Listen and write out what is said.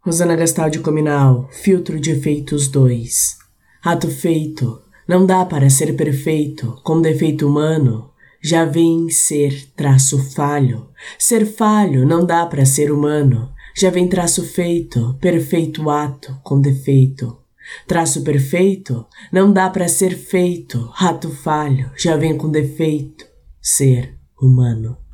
Rosana Gastaldi Cominal, filtro de efeitos 2. Ato feito, não dá para ser perfeito, com defeito humano, já vem ser traço falho. Ser falho não dá para ser humano, já vem traço feito, perfeito ato com defeito. Traço perfeito não dá para ser feito, ato falho, já vem com defeito, ser humano.